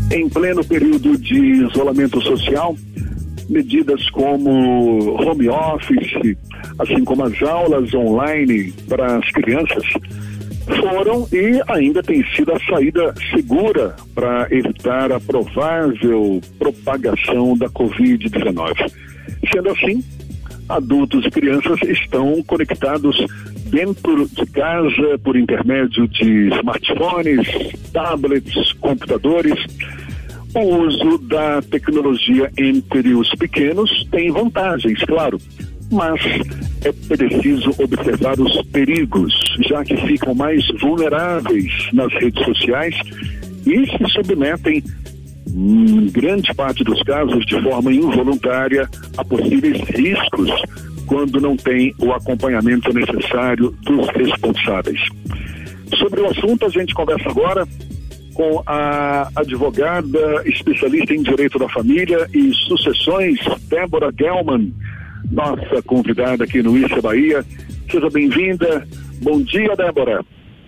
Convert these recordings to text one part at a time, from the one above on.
Em pleno período de isolamento social, medidas como home office, assim como as aulas online para as crianças, foram e ainda tem sido a saída segura para evitar a provável propagação da Covid-19. Sendo assim, adultos e crianças estão conectados dentro de casa por intermédio de smartphones, tablets, computadores. O uso da tecnologia entre os pequenos tem vantagens, claro, mas é preciso observar os perigos, já que ficam mais vulneráveis nas redes sociais e se submetem, em grande parte dos casos, de forma involuntária, a possíveis riscos quando não tem o acompanhamento necessário dos responsáveis. Sobre o assunto, a gente conversa agora com a advogada especialista em direito da família e sucessões, Débora Gelman, nossa convidada aqui no Issa Bahia. Seja bem-vinda. Bom dia, Débora.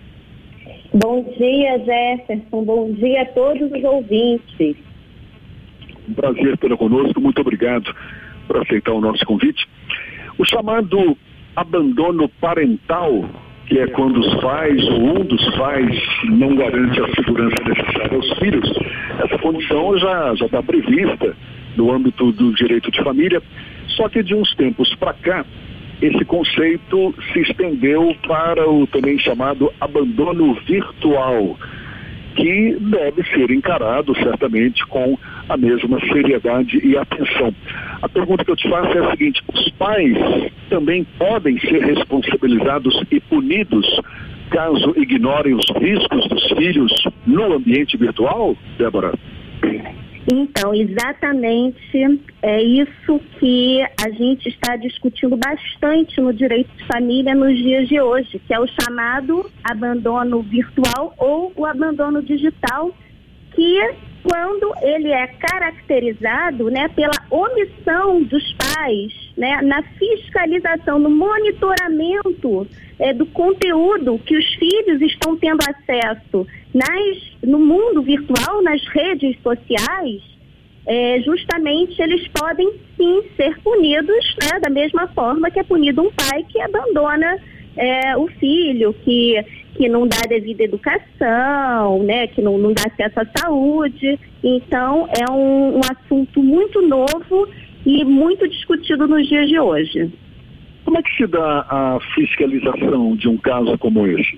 Bom dia, Jefferson. Bom dia a todos os ouvintes. Um prazer tê-la conosco. Muito obrigado por aceitar o nosso convite. O chamado abandono parental, que é quando os pais ou um dos pais não garante a segurança necessária aos filhos, essa condição já está prevista no âmbito do direito de família, só que de uns tempos para cá, esse conceito se estendeu para o também chamado abandono virtual, que deve ser encarado certamente com a mesma seriedade e atenção. A pergunta que eu te faço é a seguinte: os pais também podem ser responsabilizados e punidos caso ignorem os riscos dos filhos no ambiente virtual, Débora? Então, exatamente é isso que a gente está discutindo bastante no direito de família nos dias de hoje, que é o chamado abandono virtual ou o abandono digital, que quando ele é caracterizado, né, pela omissão dos pais, né, na fiscalização, no monitoramento do conteúdo que os filhos estão tendo acesso no mundo virtual, nas redes sociais, justamente eles podem sim ser punidos, né, da mesma forma que é punido um pai que abandona o filho, que não dá devida educação, né, que não dá acesso à saúde. Então, é um assunto muito novo e muito discutido nos dias de hoje. Como é que se dá a fiscalização de um caso como esse?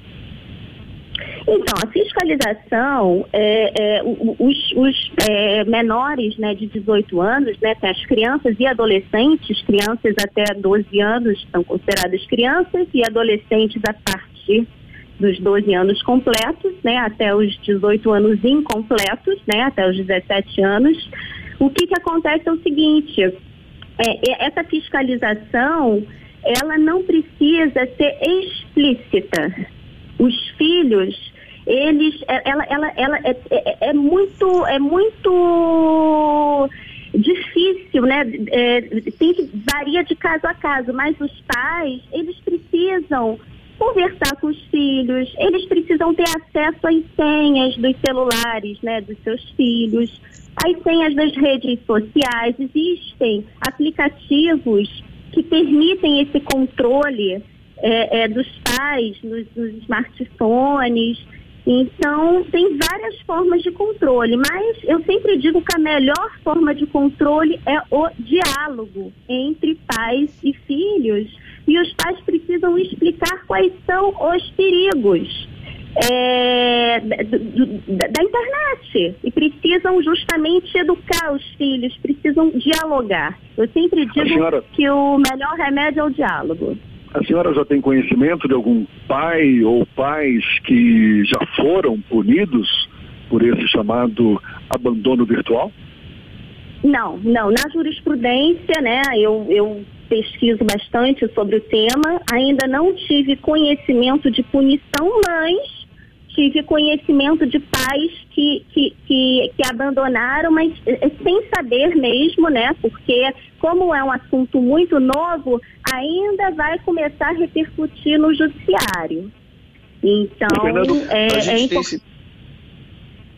Então, a fiscalização, os menores, né, de 18 anos, né, tem as crianças e adolescentes, crianças até 12 anos são consideradas crianças e adolescentes a partir dos 12 anos completos, né, até os 18 anos incompletos, né, até os 17 anos. O que acontece é o seguinte, essa fiscalização, ela não precisa ser explícita. Os filhos, ela é muito difícil, né? Varia de caso a caso, mas os pais, eles precisam conversar com os filhos, eles precisam ter acesso às senhas dos celulares, né, dos seus filhos, às senhas das redes sociais. Existem aplicativos que permitem esse controle dos pais nos smartphones. Então, tem várias formas de controle, mas eu sempre digo que a melhor forma de controle é o diálogo entre pais e filhos, e os pais precisam explicar quais são os perigos da internet, e precisam justamente educar os filhos, precisam dialogar. Eu sempre digo que o melhor remédio é o diálogo. A senhora já tem conhecimento de algum pai ou pais que já foram punidos por esse chamado abandono virtual? Não. Na jurisprudência, né, eu pesquiso bastante sobre o tema, ainda não tive conhecimento de punição, mas tive conhecimento de pais que abandonaram, mas sem saber mesmo, né? Porque como é um assunto muito novo, ainda vai começar a repercutir no judiciário. Então,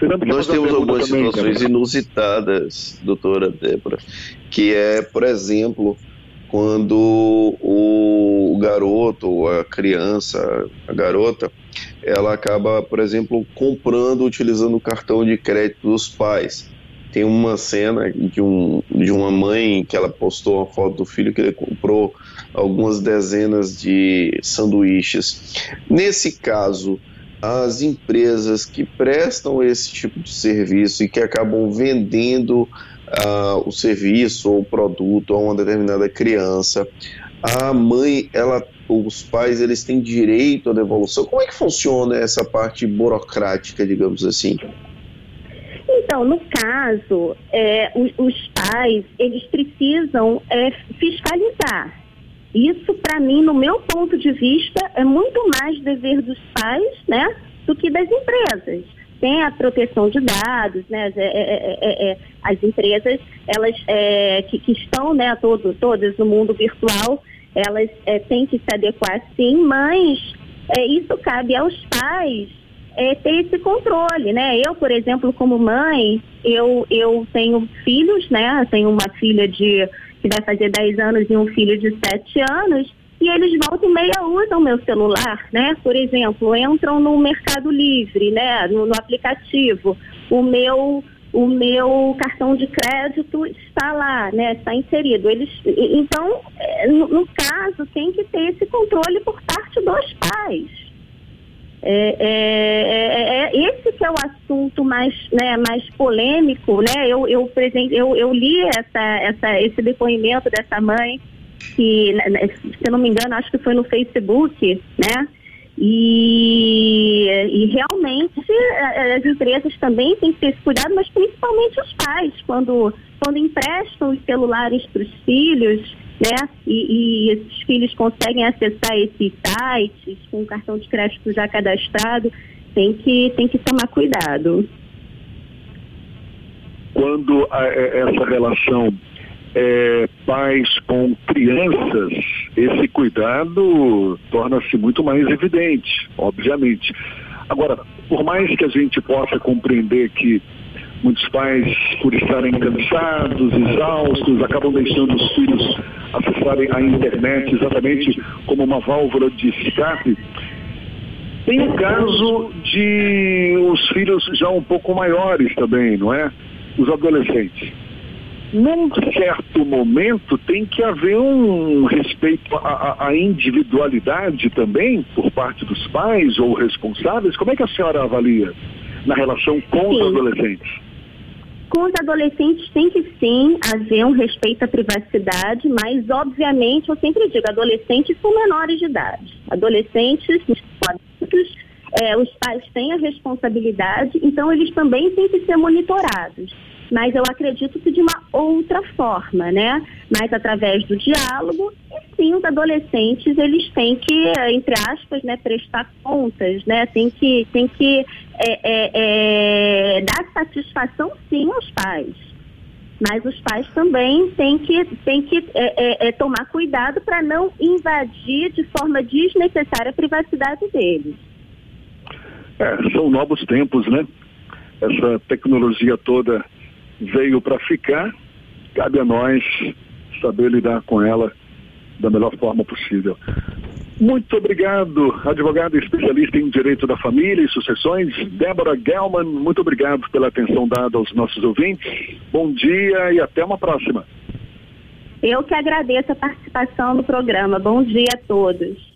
Nós temos algumas situações inusitadas, doutora Débora, que é, por exemplo, quando o garoto, ou a criança, a garota, ela acaba, por exemplo, comprando, utilizando o cartão de crédito dos pais. Tem uma cena de uma mãe que ela postou uma foto do filho que ele comprou algumas dezenas de sanduíches. Nesse caso, as empresas que prestam esse tipo de serviço e que acabam vendendo o serviço ou o produto a uma determinada criança, a mãe, os pais, eles têm direito à devolução. Como é que funciona essa parte burocrática, digamos assim? Então, no caso, os pais, eles precisam fiscalizar. Isso, para mim, no meu ponto de vista, é muito mais dever dos pais, né, do que das empresas. Tem a proteção de dados, né, as empresas, elas que estão, né, todas no mundo virtual, elas têm que se adequar, sim, mas isso cabe aos pais ter esse controle, né? Eu, por exemplo, como mãe, eu tenho filhos, né? Tenho uma filha que vai fazer 10 anos e um filho de 7 anos, e eles volta e meia usam meu celular, né? Por exemplo, entram no Mercado Livre, né? No aplicativo. O meu cartão de crédito está lá, né? Está inserido. Então, no caso, tem que ter esse controle por parte dos pais. Esse que é o assunto mais polêmico, né? Eu li esse depoimento dessa mãe, que, se eu não me engano, acho que foi no Facebook, né? E realmente as empresas também têm que ter esse cuidado, mas principalmente os pais, quando emprestam os celulares para os filhos, né? E esses filhos conseguem acessar esses sites com o cartão de crédito já cadastrado, tem que tomar cuidado. Quando essa relação pais com crianças, esse cuidado torna-se muito mais evidente, obviamente. Agora, por mais que a gente possa compreender que muitos pais, por estarem cansados, exaustos, acabam deixando os filhos acessarem a internet exatamente como uma válvula de escape, tem o caso de os filhos já um pouco maiores também, não é? Os adolescentes. Num certo momento tem que haver um respeito à individualidade também por parte dos pais ou responsáveis. Como é que a senhora avalia na relação com os adolescentes? Com os adolescentes tem que sim haver um respeito à privacidade, mas obviamente eu sempre digo, adolescentes são menores de idade. Adolescentes, os pais têm a responsabilidade, então eles também têm que ser monitorados. Mas eu acredito que de uma outra forma, né? Mas através do diálogo, e sim, os adolescentes, eles têm que, entre aspas, né, prestar contas, né? Tem que dar satisfação, sim, aos pais. Mas os pais também têm que tomar cuidado para não invadir de forma desnecessária a privacidade deles. São novos tempos, né? Essa tecnologia toda veio para ficar, cabe a nós saber lidar com ela da melhor forma possível. Muito obrigado, advogada especialista em direito da família e sucessões, Débora Gelman, muito obrigado pela atenção dada aos nossos ouvintes. Bom dia e até uma próxima. Eu que agradeço a participação no programa. Bom dia a todos.